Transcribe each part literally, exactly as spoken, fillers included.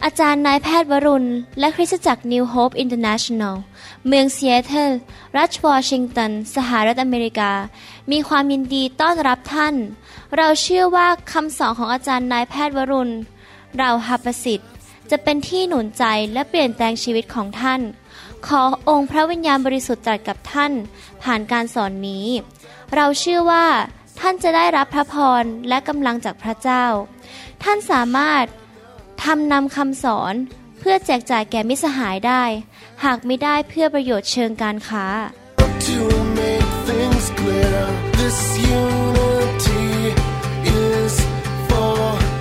อาจารย์นายแพทย์วรุณและคริสตจักร New Hope International เมืองซีแอตเทิลรัฐวอชิงตันสหรัฐอเมริกามีความยินดีต้อนรับท่านเราเชื่อว่าคำสอนของอาจารย์นายแพทย์วรุณเราหประสิทธิ์จะเป็นที่หนุนใจและเปลี่ยนแปลงชีวิตของท่านขอองค์พระวิญญาณบริสุทธิ์ตรัสกับท่านผ่านการสอนนี้เราเชื่อว่าท่านจะได้รับพระพรและกำลังจากพระเจ้าท่านสามารถทำนำคำสอนเพื่อแจกจ่ายแก่มิตรสหายได้หากไม่ได้เพื่อประโยชน์เชิงการค้า To make things clear, this unity is for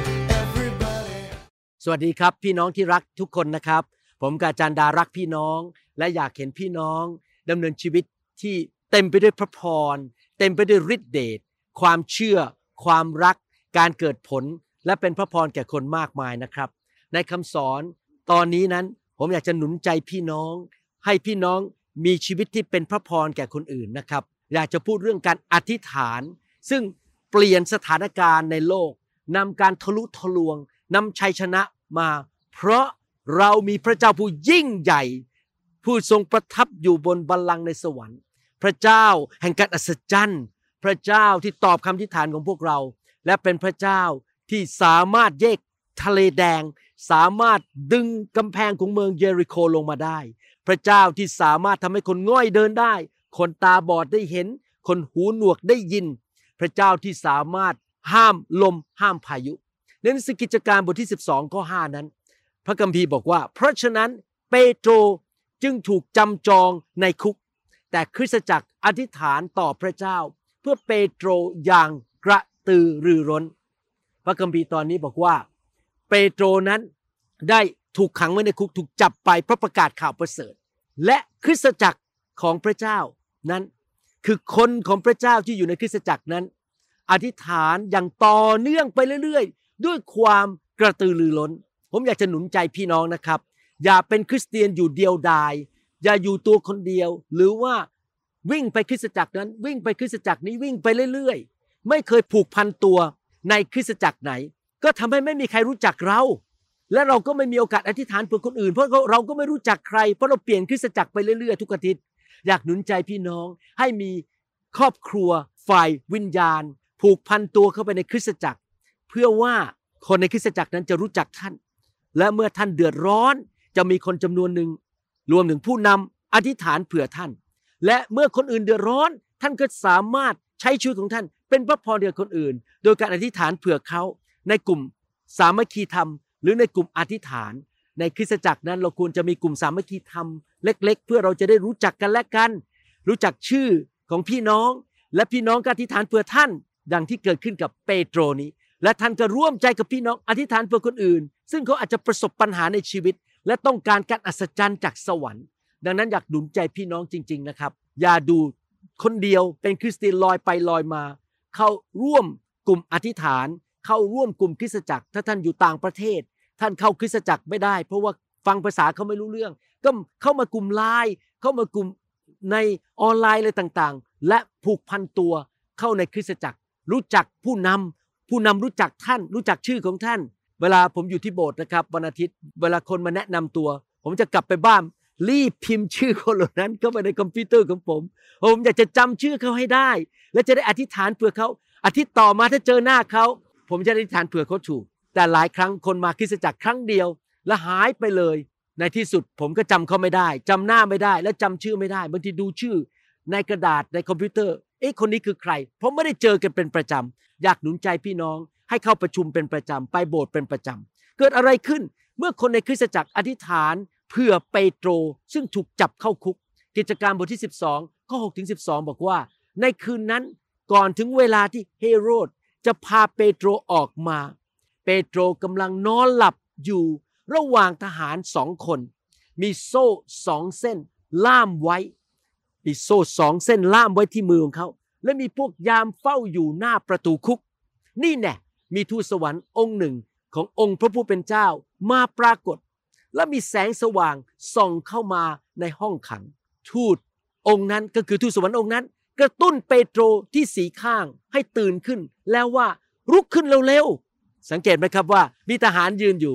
everybody. สวัสดีครับพี่น้องที่รักทุกคนนะครับผมกาจันดารักพี่น้องและอยากเห็นพี่น้องดำเนินชีวิตที่เต็มไปด้วยพระพรเต็มไปด้วยฤทธิ์เดชความเชื่อความรักการเกิดผลและเป็นพระพรแก่คนมากมายนะครับในคำสอนตอนนี้นั้นผมอยากจะหนุนใจพี่น้องให้พี่น้องมีชีวิตที่เป็นพระพรแก่คนอื่นนะครับอยากจะพูดเรื่องการอธิษฐานซึ่งเปลี่ยนสถานการณ์ในโลกนำการทะลุทะลวงนำชัยชนะมาเพราะเรามีพระเจ้าผู้ยิ่งใหญ่ผู้ทรงประทับอยู่บนบัลลังก์ในสวรรค์พระเจ้าแห่งการอัศจรรย์พระเจ้าที่ตอบคำอธิษฐานของพวกเราและเป็นพระเจ้าที่สามารถแยกทะเลแดงสามารถดึงกำแพงของเมืองเยริโคลงมาได้พระเจ้าที่สามารถทำให้คนง่อยเดินได้คนตาบอดได้เห็นคนหูหนวกได้ยินพระเจ้าที่สามารถห้ามลมห้ามพายุในหนังสือกิจการบทที่สิบสองข้อห้านั้นพระคัมภีร์บอกว่าเพราะฉะนั้นเปโตรจึงถูกจำจองในคุกแต่คริสตจักรอธิษฐานต่อพระเจ้าเพื่อเปโตรอย่างกระตือรือร้นพระคัมภีร์ตอนนี้บอกว่าเปโตรนั้นได้ถูกขังไว้ในคุกถูกจับไปเพราะประกาศข่าวประเสริฐและคริสตจักรของพระเจ้านั้นคือคนของพระเจ้าที่อยู่ในคริสตจักรนั้นอธิษฐานอย่างต่อเนื่องไปเรื่อยๆด้วยความกระตือรือร้นผมอยากจะหนุนใจพี่น้องนะครับอย่าเป็นคริสเตียนอยู่เดียวดายอย่าอยู่ตัวคนเดียวหรือว่าวิ่งไปคริสตจักรนั้นวิ่งไปคริสตจักรนี้วิ่งไปเรื่อยๆไม่เคยผูกพันตัวในคริสตจักรไหนก็ทำให้ไม่มีใครรู้จักเราและเราก็ไม่มีโอกาสอธิษฐานเพื่อคนอื่นเพราะเราก็ไม่รู้จักใครเพราะเราเปลี่ยนคริสตจักรไปเรื่อยๆทุกอาทิตย์อยากหนุนใจพี่น้องให้มีครอบครัวฝ่ายวิญญาณผูกพันตัวเข้าไปในคริสตจักรเพื่อว่าคนในคริสตจักรนั้นจะรู้จักท่านและเมื่อท่านเดือดร้อนจะมีคนจำนวนหนึ่งรวมถึงผู้นำอธิษฐานเผื่อท่านและเมื่อคนอื่นเดือดร้อนท่านก็สามารถใช้ชีวิตของท่านเป็นพระพรแก่คนอื่นโดยการอธิษฐานเผื่อเขาในกลุ่มสามัคคีธรรมหรือในกลุ่มอธิษฐานในคริสตจักรนั้นเราควรจะมีกลุ่มสามัคคีธรรมเล็กๆเพื่อเราจะได้รู้จักกันและกันรู้จักชื่อของพี่น้องและพี่น้องก็อธิษฐานเผื่อท่านดังที่เกิดขึ้นกับเปโตรนี้และท่านก็ร่วมใจกับพี่น้องอธิษฐานเผื่อคนอื่นซึ่งเขาอาจจะประสบปัญหาในชีวิตและต้องการการอัศจรรย์จากสวรรค์ดังนั้นอยากหนุนใจพี่น้องจริงๆนะครับอย่าดูคนเดียวเป็นคริสเตียนลอยไปลอยมาเข้าร่วมกลุ่มอธิษฐานเข้าร่วมกลุ่มคริสตจักรถ้าท่านอยู่ต่างประเทศท่านเข้าคริสตจักรไม่ได้เพราะว่าฟังภาษาเขาไม่รู้เรื่องก็เข้ามากลุ่มไลน์เข้ามากลุ่มในออนไลน์อะไรต่างๆและผูกพันตัวเข้าในคริสตจักรรู้จักผู้นำผู้นำรู้จักท่านรู้จักชื่อของท่านเวลาผมอยู่ที่โบสถ์นะครับวันอาทิตย์เวลาคนมาแนะนำตัวผมจะกลับไปบ้านรีบพิมพ์ชื่อคนเหล่านั้นเข้าไปในคอมพิวเตอร์ของผมผมอยากจะจำชื่อเขาให้ได้และจะได้อธิษฐานเผื่อเขาอาทิตย์ต่อมาถ้าเจอหน้าเขาผมจะอธิษฐานเผื่อเขาถูกแต่หลายครั้งคนมาคริสตจักรครั้งเดียวแล้วหายไปเลยในที่สุดผมก็จำเขาไม่ได้จำหน้าไม่ได้และจำชื่อไม่ได้บางทีดูชื่อในกระดาษในคอมพิวเตอร์เอ๊ะคนนี้คือใครเพราะไม่ได้เจอกันเป็นประจำอยากหนุนใจพี่น้องให้เข้าประชุมเป็นประจำไปโบสถ์เป็นประจำเกิดอะไรขึ้นเมื่อคนในคริสตจักรอธิษฐานเพื่อเปโตรซึ่งถูกจับเข้าคุกกิจการบทที่สิบสองข้อหกถึงสิบสองบอกว่าในคืนนั้นก่อนถึงเวลาที่เฮโรดจะพาเปโตรออกมาเปโตรกำลังนอนหลับอยู่ระหว่างทหารสองคนมีโซ่สองเส้นล่ามไว้มีโซ่สองเส้นล่ามไว้ที่มือของเขาและมีพวกยามเฝ้าอยู่หน้าประตูคุกนี่แน่มีทูตสวรรค์องค์หนึ่งขององค์พระผู้เป็นเจ้ามาปรากฏและมีแสงสว่างส่องเข้ามาในห้องขังทูตองค์นั้นก็คือทูตสวรรค์องค์นั้นกระตุ้นเปโตรที่สีข้างให้ตื่นขึ้นแล้วว่าลุกขึ้นเร็วๆสังเกตไหมครับว่ามีทหารยืนอยู่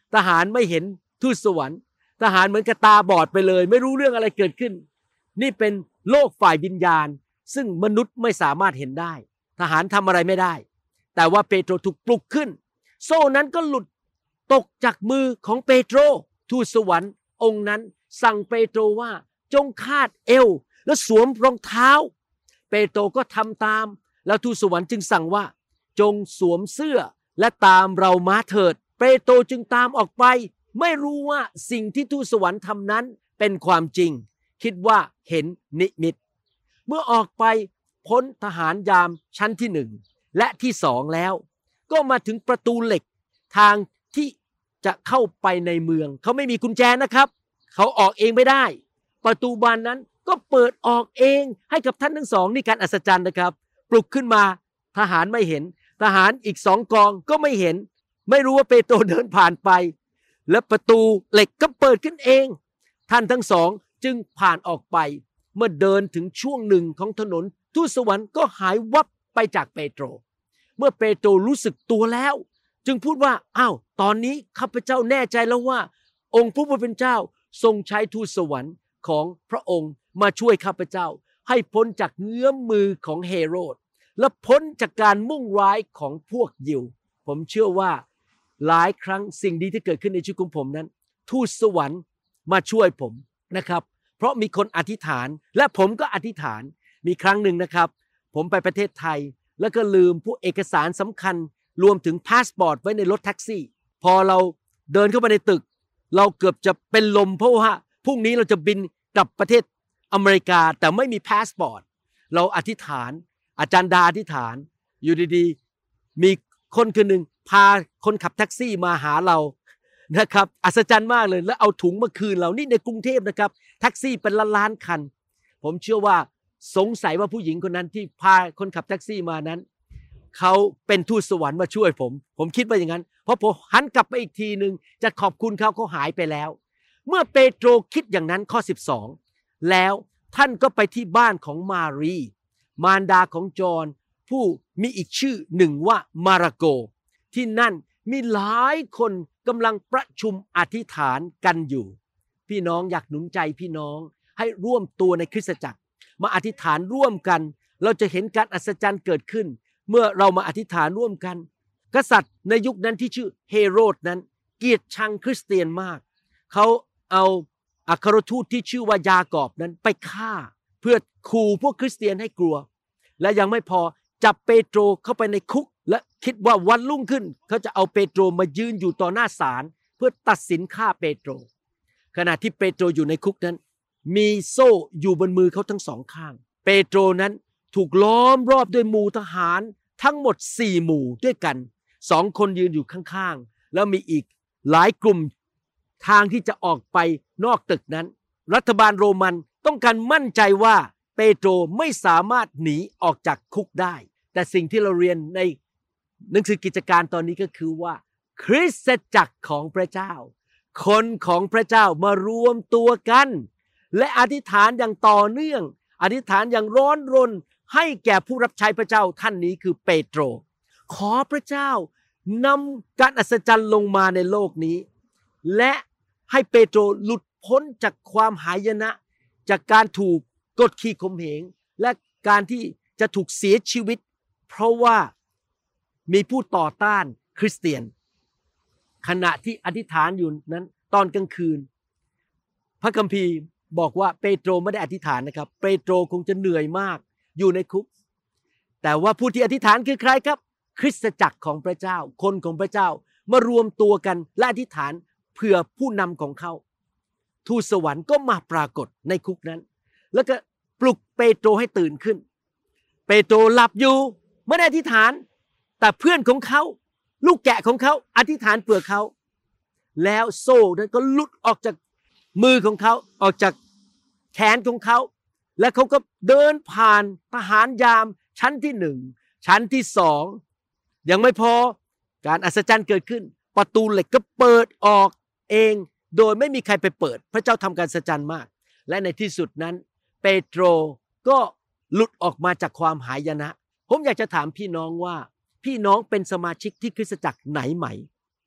ทหารไม่เห็นทูตสวรรค์ทหารเหมือนกับตาบอดไปเลยไม่รู้เรื่องอะไรเกิดขึ้นนี่เป็นโลกฝ่ายวิญญาณซึ่งมนุษย์ไม่สามารถเห็นได้ทหารทำอะไรไม่ได้แต่ว่าเปโตรถูกปลุกขึ้นโซ่นั้นก็หลุดตกจากมือของเปโตรทูตสวรรค์องค์นั้นสั่งเปโตรว่าจงคาดเอวและสวมรองเท้าเปโตรก็ทำตามแล้วทูตสวรรค์จึงสั่งว่าจงสวมเสื้อและตามเรามาเถิดเปโตรจึงตามออกไปไม่รู้ว่าสิ่งที่ทูตสวรรค์ทำนั้นเป็นความจริงคิดว่าเห็นนิมิตเมื่อออกไปพ้นทหารยามชั้นที่หนึ่งและที่สองแล้วก็มาถึงประตูเหล็กทางที่จะเข้าไปในเมืองเขาไม่มีกุญแจนะครับเขาออกเองไม่ได้ประตูบานนั้นก็เปิดออกเองให้กับท่านทั้งสองนี่การอัศจรรย์นะครับปลุกขึ้นมาทหารไม่เห็นทหารอีกสองกองก็ไม่เห็นไม่รู้ว่าเปโตรเดินผ่านไปและประตูเหล็กก็เปิดขึ้นเองท่านทั้งสองจึงผ่านออกไปเมื่อเดินถึงช่วงหนึ่งของถนนทูตสวรรค์ก็หายวับไปจากเปโตรเมื่อเปโตรรู้สึกตัวแล้วจึงพูดว่าอ้าวตอนนี้ข้าพเจ้าแน่ใจแล้วว่าองค์พระผู้เป็นเจ้าทรงใช้ทูตสวรรค์ของพระองค์มาช่วยข้าพเจ้าให้พ้นจากเงื้อมมือของเฮโรดและพ้นจากการมุ่งร้ายของพวกยิวผมเชื่อว่าหลายครั้งสิ่งดีที่เกิดขึ้นในชีวิตของผมนั้นทูตสวรรค์มาช่วยผมนะครับเพราะมีคนอธิษฐานและผมก็อธิษฐานมีครั้งหนึ่งนะครับผมไปประเทศไทยแล้วก็ลืมพวกเอกสารสำคัญรวมถึงพาสปอร์ตไว้ในรถแท็กซี่พอเราเดินเข้าไปในตึกเราเกือบจะเป็นลมเพราะว่าพรุ่งนี้เราจะบินกลับประเทศอเมริกาแต่ไม่มีพาสปอร์ตเราอธิษฐานอาจารย์ดาอธิษฐานอยู่ดีๆมีคนคนหนึ่งพาคนขับแท็กซี่มาหาเรานะครับอัศจรรย์มากเลยแล้วเอาถุงมาคืนเรานี่ในกรุงเทพนะครับแท็กซี่เป็นล้านๆคันผมเชื่อว่าสงสัยว่าผู้หญิงคนนั้นที่พาคนขับแท็กซี่มานั้นเขาเป็นทูตสวรรค์มาช่วยผมผมคิดว่าอย่างนั้นเพราะผมหันกลับไปอีกทีนึงจะขอบคุณเขาเขาหายไปแล้วเมื่อเปโตรคิดอย่างนั้นข้อสิบสองแล้วท่านก็ไปที่บ้านของมารีมารดาของจอห์นผู้มีอีกชื่อหนึ่งว่ามาระโกที่นั่นมีหลายคนกำลังประชุมอธิษฐานกันอยู่พี่น้องอยากหนุนใจพี่น้องให้ร่วมตัวในคริสตจักรมาอธิษฐานร่วมกันเราจะเห็นการอัศจรรย์เกิดขึ้นเมื่อเรามาอธิษฐานร่วมกันกษัตริย์ในยุคนั้นที่ชื่อเฮโรดนั้นเกลียดชังคริสเตียนมากเขาเอาอัครทูตที่ชื่อว่ายากอบนั้นไปฆ่าเพื่อขู่พวกคริสเตียนให้กลัวและยังไม่พอจับเปโตรเข้าไปในคุกและคิดว่าวันรุ่งขึ้นเขาจะเอาเปโตรมายืนอยู่ต่อหน้าศาลเพื่อตัดสินฆ่าเปโตรขณะที่เปโตรอยู่ในคุกนั้นมีโซ่อยู่บนมือเขาทั้งสองข้างเปโตรนั้นถูกล้อมรอบด้วยหมู่ทหารทั้งหมดสี่หมู่ด้วยกันสองคนยืนอยู่ข้างๆแล้วมีอีกหลายกลุ่มทางที่จะออกไปนอกตึกนั้นรัฐบาลโรมันต้องการมั่นใจว่าเปโตรไม่สามารถหนีออกจากคุกได้แต่สิ่งที่เราเรียนในหนังสือกิจการตอนนี้ก็คือว่าคริสตจักรของพระเจ้าคนของพระเจ้ามารวมตัวกันและอธิษฐานอย่างต่อเนื่องอธิษฐานอย่างร้อนรนให้แก่ผู้รับใช้พระเจ้าท่านนี้คือเปโตรขอพระเจ้านำการอัศจรรย์ลงมาในโลกนี้และให้เปโตรหลุดพ้นจากความหายนะจากการถูกกดขี่ข่มเหงและการที่จะถูกเสียชีวิตเพราะว่ามีผู้ต่อต้านคริสเตียนขณะที่อธิษฐานอยู่นั้นตอนกลางคืนพระคัมภีร์บอกว่าเปโตรไม่ได้อธิษฐานนะครับเปโตรคงจะเหนื่อยมากอยู่ในคุกแต่ว่าผู้ที่อธิษฐานคือใครครับคริสตจักรของพระเจ้าคนของพระเจ้ามารวมตัวกันและอธิษฐานเพื่อผู้นำของเขาทูตสวรรค์ก็มาปรากฏในคุกนั้นแล้วก็ปลุกเปโตรให้ตื่นขึ้นเปโตรหลับอยู่ไม่ได้อธิษฐานแต่เพื่อนของเขาลูกแกะของเขาอธิษฐานเพื่อเขาแล้วโซ่นั้นก็หลุดออกจากมือของเขาออกจากแขนของเขาและเขาก็เดินผ่านทหารยามชั้นที่หนึ่งชั้นที่สองยังไม่พอการอัศจรรย์เกิดขึ้นประตูเหล็กก็เปิดออกเองโดยไม่มีใครไปเปิดพระเจ้าทำการอัศจรรย์มากและในที่สุดนั้นเปโตรก็หลุดออกมาจากความหายนะผมอยากจะถามพี่น้องว่าพี่น้องเป็นสมาชิกที่คริสตจักรไหนไหม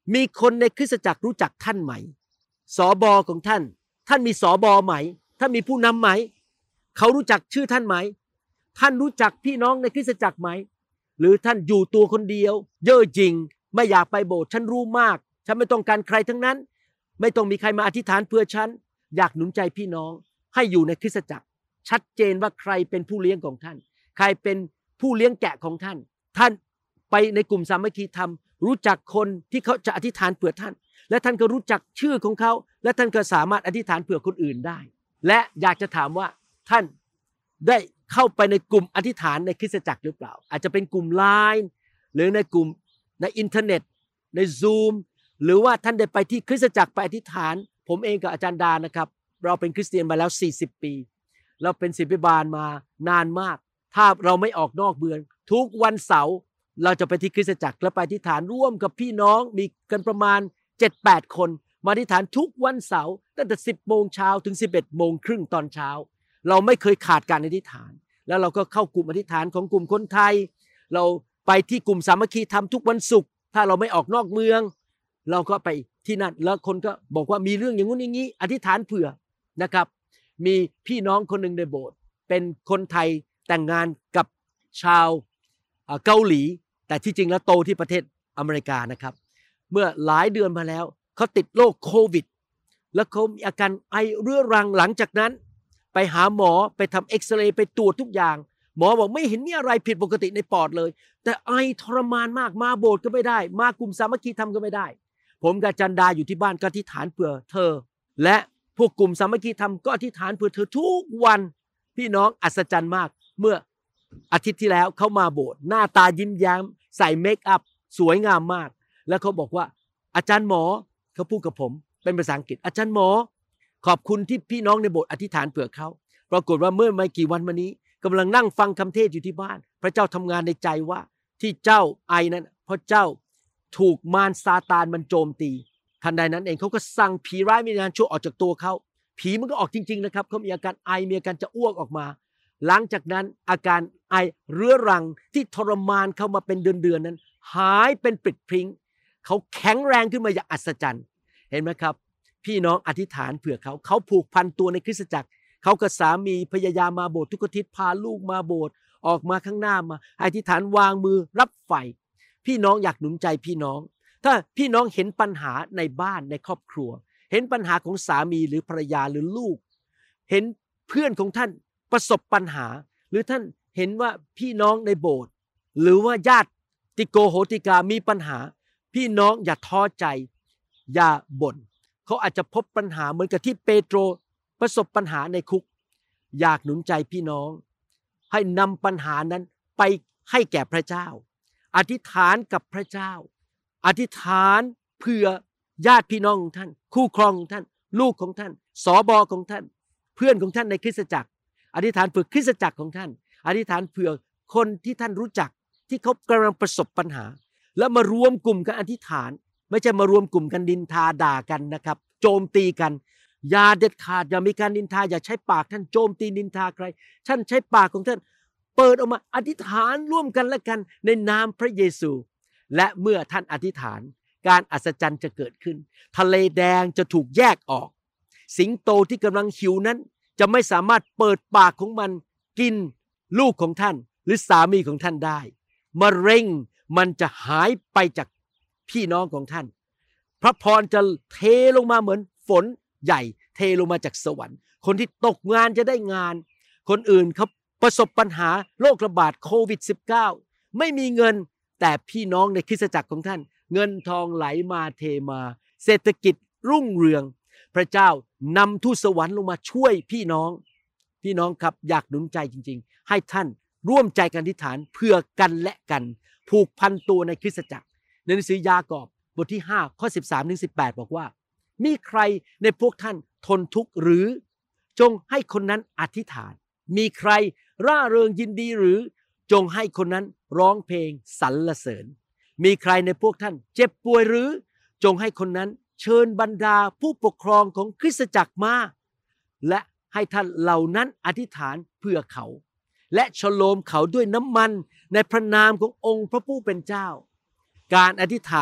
มีคนในคริสตจักรรู้จักท่านไหมสบของท่านท่านมีสบไหมท่านมีผู้นำไหมเขารู้จักชื่อท่านไหมท่านรู้จักพี่น้องในคริสตจักรไหมหรือท่านอยู่ตัวคนเดียวเย่อหยิ่งไม่อยากไปโบสถ์ฉันรู้มากฉันไม่ต้องการใครทั้งนั้นไม่ต้องมีใครมาอธิษฐานเพื่อฉันอยากหนุนใจพี่น้องให้อยู่ในคริสตจักรชัดเจนว่าใครเป็นผู้เลี้ยงของท่านใครเป็นผู้เลี้ยงแกะของท่านท่านไปในกลุ่มสามัคคีธรรมรู้จักคนที่เขาจะอธิษฐานเผื่อท่านและท่านก็รู้จักชื่อของเขาและท่านก็สามารถอธิษฐานเผื่อคนอื่นได้และอยากจะถามว่าท่านได้เข้าไปในกลุ่มอธิษฐานในคริสตจักรหรือเปล่าอาจจะเป็นกลุ่ม ไลน์ หรือในกลุ่มในอินเทอร์เน็ตใน Zoom หรือว่าท่านได้ไปที่คริสตจักรไปอธิษฐานผมเองกับอาจารย์ดานะครับเราเป็นคริสเตียนมาแล้วสี่สิบปีเราเป็นศิษย์บาลมานานมากถ้าเราไม่ออกนอกเมืองทุกวันเสาร์เราจะไปที่คริสตจักรและไปอธิษฐานร่วมกับพี่น้องมีกันประมาณ เจ็ดแปด คนมาอธิษฐานทุกวันเสาร์ตั้งแต่สิบโมงเช้าถึงสิบเอ็ดโมงครึ่งตอนเช้าเราไม่เคยขาดการอธิษฐานแล้วเราก็เข้ากลุ่มอธิษฐานของกลุ่มคนไทยเราไปที่กลุ่มสามัคคีธรรมทุกวันศุกร์ถ้าเราไม่ออกนอกเมืองเราก็ไปที่นั่นแล้วคนก็บอกว่ามีเรื่องอย่างงู้นอย่างนี้อธิษฐานเผื่อนะครับมีพี่น้องคนหนึ่งในโบสถ์เป็นคนไทยแต่งงานกับชาวเกาหลีแต่ที่จริงแล้วโตที่ประเทศอเมริกานะครับเมื่อหลายเดือนมาแล้วเขาติดโรคโควิดแล้วเขามีอาการไอเรื้อรังหลังจากนั้นไปหาหมอไปทำเอ็กซเรย์ไปตรวจทุกอย่างหมอบอกไม่เห็นมีอะไรผิดปกติในปอดเลยแต่ไอทรมานมากมาโบสถ์ก็ไม่ได้มากลุ่มสามัคคีธรรมก็ไม่ได้ผมกับจันดาอยู่ที่บ้านก็อธิษฐานเผื่อเธอและพวกกลุ่มสามัคคีธรรมก็อธิษฐานเผื่อเธอทุกวันพี่น้องอัศจรรย์มากเมื่ออาทิตย์ที่แล้วเขามาโบสถ์หน้าตายิ้มแย้มใส่เมคอัพสวยงามมากแล้วเขาบอกว่าอาจารย์หมอเขาพูดกับผมเป็นภาษาอังกฤษอาจารย์หมอขอบคุณที่พี่น้องในโบสถ์อธิษฐานเผื่อเขาปรากฏว่าเมื่อไม่กี่วันมานี้กำลังนั่งฟังคำเทศอยู่ที่บ้านพระเจ้าทำงานในใจว่าที่เจ้าไอนั้นเพราะเจ้าถูกมารซาตานมันโจมตีทันใดนั้นเองเขาก็สั่งผีร้ายวิญญาณชั่วออกจากตัวเขาผีมันก็ออกจริงๆนะครับเขามีอาการไอมีอาการจะอ้วกออกมาหลังจากนั้นอาการไอเรื้อรังที่ทรมานเขามาเป็นเดือนๆนั้นหายเป็นปลิดพริ้งเขาแข็งแรงขึ้นมาอย่างอัศจรรย์เห็นไหมครับพี่น้องอธิษฐานเผื่อเขาเขาผูกพันตัวในคริสตจักรเขากับสามีพยายามมาโบสถ์ทุกอาทิตย์พาลูกมาโบสถ์ออกมาข้างหน้ามาอธิษฐานวางมือรับไฟพี่น้องอยากหนุนใจพี่น้องถ้าพี่น้องเห็นปัญหาในบ้านในครอบครัวเห็นปัญหาของสามีหรือภรรยาหรือลูกเห็นเพื่อนของท่านประสบปัญหาหรือท่านเห็นว่าพี่น้องในโบสถ์หรือว่าญาติโกโหติกามีปัญหาพี่น้องอย่าท้อใจอย่าบ่นเขาอาจจะพบปัญหาเหมือนกับที่เปโตรประสบปัญหาในคุกอยากหนุนใจพี่น้องให้นำปัญหานั้นไปให้แก่พระเจ้าอธิษฐานกับพระเจ้าอธิษฐานเพื่อญาติพี่น้องของท่านคู่ครองของท่านลูกของท่านสบของท่านเพื่อนของท่านในคริสตจักรอธิษฐานเพื่อคริสตจักรของท่านอธิษฐานเพื่อคนที่ท่านรู้จักที่เขากำลังประสบปัญหาแล้วมารวมกลุ่มกันอธิษฐานไม่ใช่มารวมกลุ่มกันดินทาด่ากันนะครับโจมตีกันอย่าเด็ดขาดอย่ามีการนินทาอย่าใช้ปากท่านโจมตีนินทาใครท่านใช้ปากของท่านเปิดออกมาอธิษฐานร่วมกันและกันในนามพระเยซูและเมื่อท่านอธิษฐานการอัศจรรย์จะเกิดขึ้นทะเลแดงจะถูกแยกออกสิงโตที่กำลังหิวนั้นจะไม่สามารถเปิดปากของมันกินลูกของท่านหรือสามีของท่านได้มะเร็งมันจะหายไปจากพี่น้องของท่านพระพรจะเทลงมาเหมือนฝนใหญ่เทลงมาจากสวรรค์คนที่ตกงานจะได้งานคนอื่นเขาประสบปัญหาโรคระบาดโควิด สิบเก้า ไม่มีเงินแต่พี่น้องในคริสตจักรของท่านเงินทองไหลมาเทมาเศรษฐกิจรุ่งเรืองพระเจ้านำทูตสวรรค์ลงมาช่วยพี่น้องพี่น้องครับอยากหนุนใจจริงๆให้ท่านร่วมใจกันอธิษฐานเพื่อกันและกันผูกพันตัวในคริสตจักรในหนังสือยากอบบทที่ห้าข้อสิบสามถึงสิบแปดบอกว่ามีใครในพวกท่านทนทุกข์หรือจงให้คนนั้นอธิษฐานมีใครร่าเริงยินดีหรือจงให้คนนั้นร้องเพลงสรรเสริญมีใครในพวกท่านเจ็บป่วยหรือจงให้คนนั้นเชิญบรรดาผู้ปกครองของคริสตจักรมาและให้ท่านเหล่านั้นอธิษฐานเพื่อเขาและฉโลมเขาด้วยน้ำมันในพระนามขององค์พระผู้เป็นเจ้าการอธิษฐาน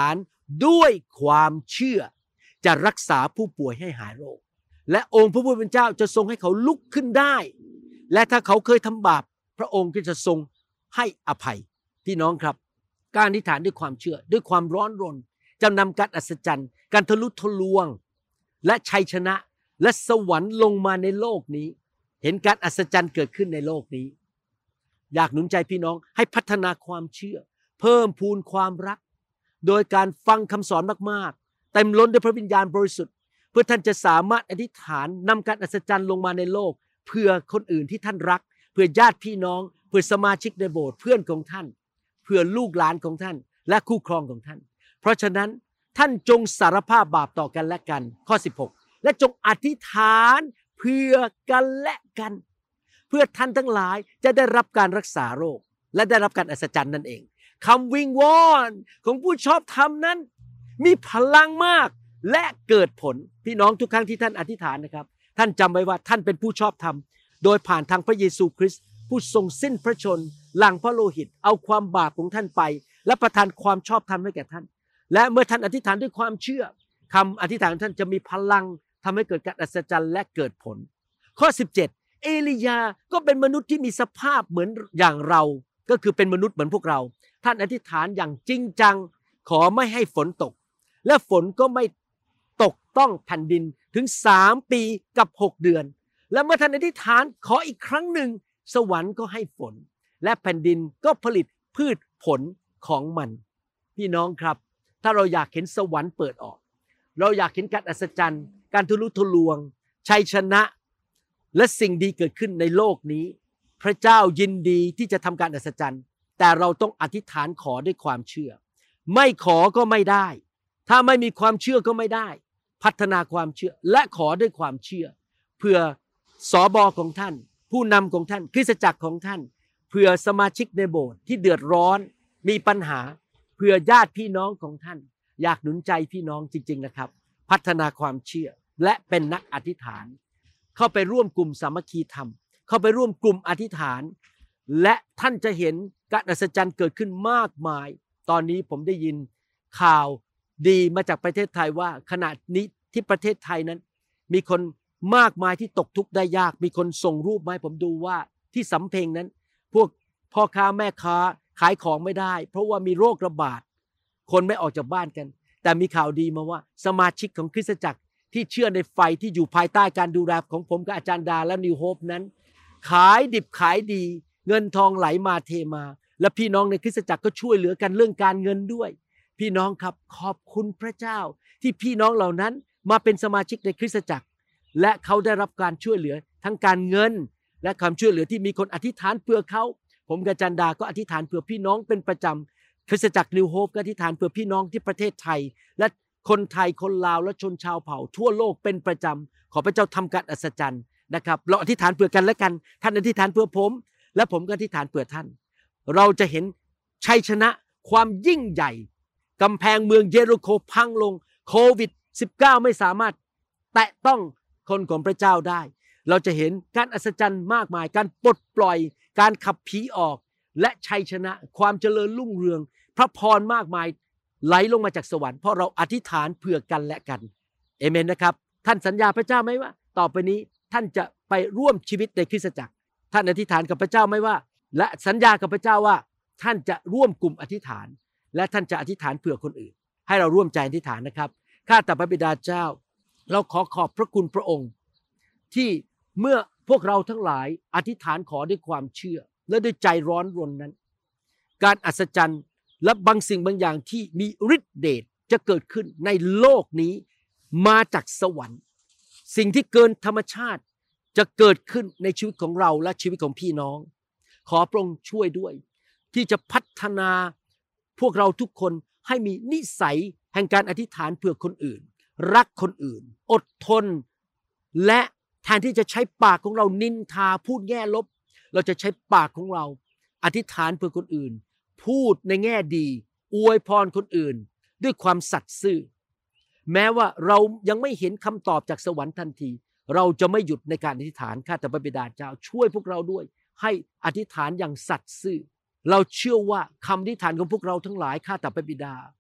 ด้วยความเชื่อจะรักษาผู้ป่วยให้หายโรคและองค์พระผู้เป็นเจ้าจะทรงให้เขาลุกขึ้นได้และถ้าเขาเคยทำบาปพระองค์ก็จะทรงให้อภัยพี่น้องครับการอธิษฐานด้วยความเชื่อด้วยความร้อนรนจะนำการอัศจรรย์การทะลุทะลวงและชัยชนะและสวรรค์ลงมาในโลกนี้เห็นการอัศจรรย์เกิดขึ้นในโลกนี้อยากหนุนใจพี่น้องให้พัฒนาความเชื่อเพิ่มพูนความรักโดยการฟังคำสอนมากๆเต็มล้นด้วยพระวิญญาณบริสุทธิ์เพื่อท่านจะสามารถอธิษฐานนำการอัศจรรย์ลงมาในโลกเพื่อคนอื่นที่ท่านรักเพื่อญาติพี่น้องเพื่อสมาชิกในโบสถ์เพื่อนของท่านเพื่อลูกหลานของท่านและคู่ครองของท่านเพราะฉะนั้นท่านจงสารภาพบาปต่อกันและกันข้อสิบหกและจงอธิษฐานเพื่อกันและกันเพื่อท่านทั้งหลายจะได้รับการรักษาโรคและได้รับการอัศจรรย์นั่นเองคำวิงวอนของผู้ชอบธรรมนั้นมีพลังมากและเกิดผลพี่น้องทุกครั้งที่ท่านอธิษฐานนะครับท่านจำไว้ว่าท่านเป็นผู้ชอบธรรมโดยผ่านทางพระเยซูคริสต์ผู้ทรงสิ้นพระชนม์หลั่งพระโลหิตเอาความบาปของท่านไปและประทานความชอบธรรมให้แก่ท่านและเมื่อท่านอธิษฐานด้วยความเชื่อคำอธิษฐานของท่านจะมีพลังทำให้เกิดการอัศจรรย์และเกิดผลข้อสิบเจ็ดเอลียาก็เป็นมนุษย์ที่มีสภาพเหมือนอย่างเราก็คือเป็นมนุษย์เหมือนพวกเราท่านอธิษฐานอย่างจริงจังขอไม่ให้ฝนตกและฝนก็ไม่ตกต้องแผ่นดินถึงสามปีกับหกเดือนและเมื่อท่านอธิษฐานขออีกครั้งหนึ่งสวรรค์ก็ให้ฝนและแผ่นดินก็ผลิตพืชผลของมันพี่น้องครับถ้าเราอยากเห็นสวรรค์เปิดออกเราอยากเห็นการอัศจรรย์การทะลุทะลวงชัยชนะและสิ่งดีเกิดขึ้นในโลกนี้พระเจ้ายินดีที่จะทำการอัศจรรย์แต่เราต้องอธิษฐานขอด้วยความเชื่อไม่ขอก็ไม่ได้ถ้าไม่มีความเชื่อก็ไม่ได้พัฒนาความเชื่อและขอด้วยความเชื่อเพื่อสบของท่านผู้นำของท่านคริสตจักรของท่านเพื่อสมาชิกในโบสถ์ที่เดือดร้อนมีปัญหาเพื่อญาติพี่น้องของท่านอยากหนุนใจพี่น้องจริงๆนะครับพัฒนาความเชื่อและเป็นนักอธิษฐานเข้าไปร่วมกลุ่มสามัคคีธรรมเข้าไปร่วมกลุ่มอธิษฐานและท่านจะเห็นการอัศจรรย์เกิดขึ้นมากมายตอนนี้ผมได้ยินข่าวดีมาจากประเทศไทยว่าขณะนี้ที่ประเทศไทยนั้นมีคนมากมายที่ตกทุกข์ได้ยากมีคนส่งรูปมาให้ผมดูว่าที่สำเพ็งนั้นพวกพ่อค้าแม่ค้าขายของไม่ได้เพราะว่ามีโรคระบาดคนไม่ออกจากบ้านกันแต่มีข่าวดีมาว่าสมาชิกของคริสตจักรที่เชื่อในไฟที่อยู่ภายใต้การดูแลของผมกับอาจารย์ดาและนิวโฮปนั้นขายดิบขายดีเงินทองไหลมาเทมาและพี่น้องในคริสตจักรก็ช่วยเหลือกันเรื่องการเงินด้วยพี่น้องครับขอบคุณพระเจ้าที่พี่น้องเหล่านั้นมาเป็นสมาชิกในคริสตจักรและเขาได้รับการช่วยเหลือทั้งการเงินและความช่วยเหลือที่มีคนอธิษฐานเพื่อเขาผมกับอาจารย์ดาก็อธิษฐานเพื่อพี่น้องเป็นประจำคริสตจักรนิวโฮปก็อธิษฐานเพื่อพี่น้องที่ประเทศไทยและคนไทยคนลาวและชนชาวเผ่าทั่วโลกเป็นประจำขอพระเจ้าทำการอัศจรรย์นะครับเราอธิษฐานเพื่อกันและกันท่านอธิษฐานเพื่อผมและผมก็อธิษฐานเพื่อท่านเราจะเห็นชัยชนะความยิ่งใหญ่กำแพงเมืองเยรูโคพังลงโควิด สิบเก้า ไม่สามารถแตะต้องคนของพระเจ้าได้เราจะเห็นการอัศจรรย์มากมายการปลดปล่อยการขับผีออกและชัยชนะความเจริญรุ่งเรืองพระพรมากมายไหลลงมาจากสวรรค์เพราะเราอธิษฐานเพื่อกันและกันเอเมนนะครับท่านสัญญาพระเจ้าไหมว่าต่อไปนี้ท่านจะไปร่วมชีวิตในคริสตจักรท่านอธิษฐานกับพระเจ้าไหมว่าและสัญญากับพระเจ้าว่าท่านจะร่วมกลุ่มอธิษฐานและท่านจะอธิษฐานเผื่อคนอื่นให้เราร่วมใจอธิษฐานนะครับข้าแต่พระบิดาเจ้าเราขอขอบพระคุณพระองค์ที่เมื่อพวกเราทั้งหลายอธิษฐานขอด้วยความเชื่อและด้วยใจร้อนรนนั้นการอัศจรรย์และบางสิ่งบางอย่างที่มีฤทธิ์เดชจะเกิดขึ้นในโลกนี้มาจากสวรรค์สิ่งที่เกินธรรมชาติจะเกิดขึ้นในชีวิตของเราและชีวิตของพี่น้องขอพระองค์ช่วยด้วยที่จะพัฒนาพวกเราทุกคนให้มีนิสัยแห่งการอธิษฐานเพื่อคนอื่นรักคนอื่นอดทนและแทนที่จะใช้ปากของเรานินทาพูดแง่ลบเราจะใช้ปากของเราอธิษฐานเพื่อคนอื่นพูดในแง่ดีอวยพรคนอื่นด้วยความสัตย์ซื่อแม้ว่าเรายังไม่เห็นคำตอบจากสวรรค์ทันทีเราจะไม่หยุดในการอธิษฐานข้าแต่พระบิดาเจ้าช่วยพวกเราด้วยให้อธิษฐานอย่างสัตย์ซื่อเราเชื่อว่าคำอธิษฐานของพวกเราทั้งหลายข้าแต่พระบิดา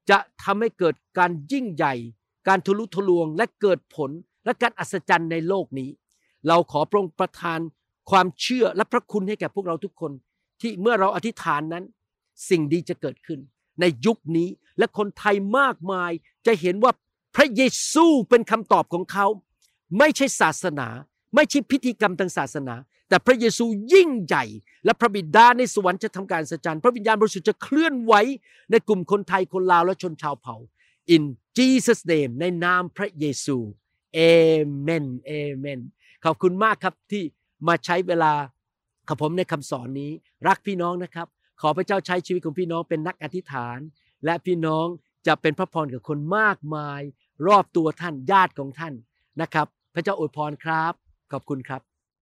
จะทำให้เกิดการยิ่งใหญ่การทะลุทะลวงและเกิดผลและการอัศจรรย์ในโลกนี้เราขอพระองค์ประทานความเชื่อและพระคุณให้แก่พวกเราทุกคนที่เมื่อเราอธิษฐานนั้นสิ่งดีจะเกิดขึ้นในยุคนี้และคนไทยมากมายจะเห็นว่าพระเยซูเป็นคำตอบของเขาไม่ใช่ศาสนาไม่ใช่พิธีกรรมทางศาสนาแต่พระเยซูยิ่งใหญ่และพระบิดาในสวรรค์จะทำการอัศจรรย์พระวิญญาณบริสุทธิ์จะเคลื่อนไหวในกลุ่มคนไทยคนลาวและชนชาวเผ่า In Jesus name ในนามพระเยซูเอเมนเอเมนขอบคุณมากครับที่มาใช้เวลากับผมในคำสอนนี้รักพี่น้องนะครับขอพระเจ้าใช้ชีวิตของพี่น้องเป็นนักอธิษฐานและพี่น้องจะเป็นพระพรกับคนมากมายรอบตัวท่านญาติของท่านนะครับพระเจ้าอวยพรครับขอบคุณครับ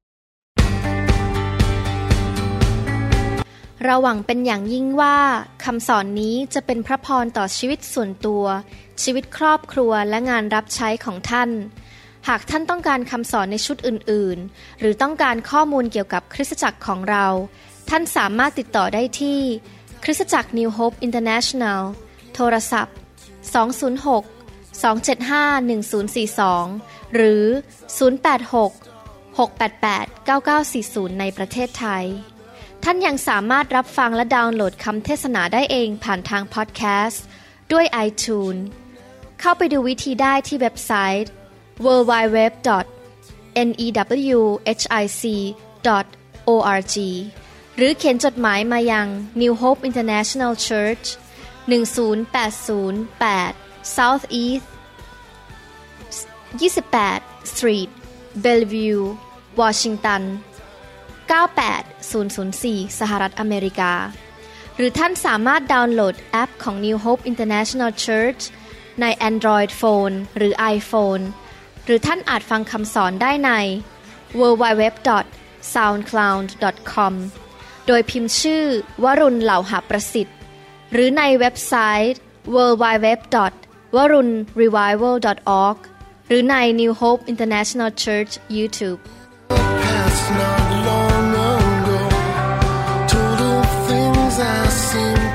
เราหวังเป็นอย่างยิ่งว่าคำสอนนี้จะเป็นพระพรต่อชีวิตส่วนตัวชีวิตครอบครัวและงานรับใช้ของท่านหากท่านต้องการคำสอนในชุดอื่นๆหรือต้องการข้อมูลเกี่ยวกับคริสตจักรของเราท่านสามารถติดต่อได้ที่คริสตจักร New Hope International โทรศัพท์สอง ศูนย์ หก สอง เจ็ด ห้า หนึ่ง ศูนย์ สี่ สองหรือศูนย์ แปด หก หก แปด แปด เก้า เก้า สี่ ศูนย์ในประเทศไทยท่านยังสามารถรับฟังและดาวน์โหลดคำเทศนาได้เองผ่านทางพอดแคสต์ด้วย iTunes เข้าไปดูวิธีได้ที่เว็บไซต์ ดับเบิลยู ดับเบิลยู ดับเบิลยู ดอท เน อี ดับเบิลยู เอช ไอ ซี ดอท โอ อาร์ จี หรือเขียนจดหมายมายัง New Hope International Church หนึ่ง ศูนย์ แปด ศูนย์ แปด South East ยี่สิบแปด Street Bellevue Washington เก้า แปด ศูนย์ ศูนย์ สี่ สหรัฐอเมริกาหรือท่านสามารถดาวน์โหลดแอปของ New Hope International Church ใน Android Phone หรือ iPhone หรือท่านอาจฟังคำสอนได้ใน ดับเบิลยู ดับเบิลยู ดับเบิลยู ดอท ซาวด์คลาวด์ ดอท คอม โดยพิมพ์ชื่อวรุณเหล่าหประสิทธิ์หรือในเว็บไซต์ ดับเบิลยู ดับเบิลยู ดับเบิลยู ดอท วรุณ รีไววัล ดอท ออร์ก หรือใน New Hope International Church YouTube Past not long ago, told of things I seem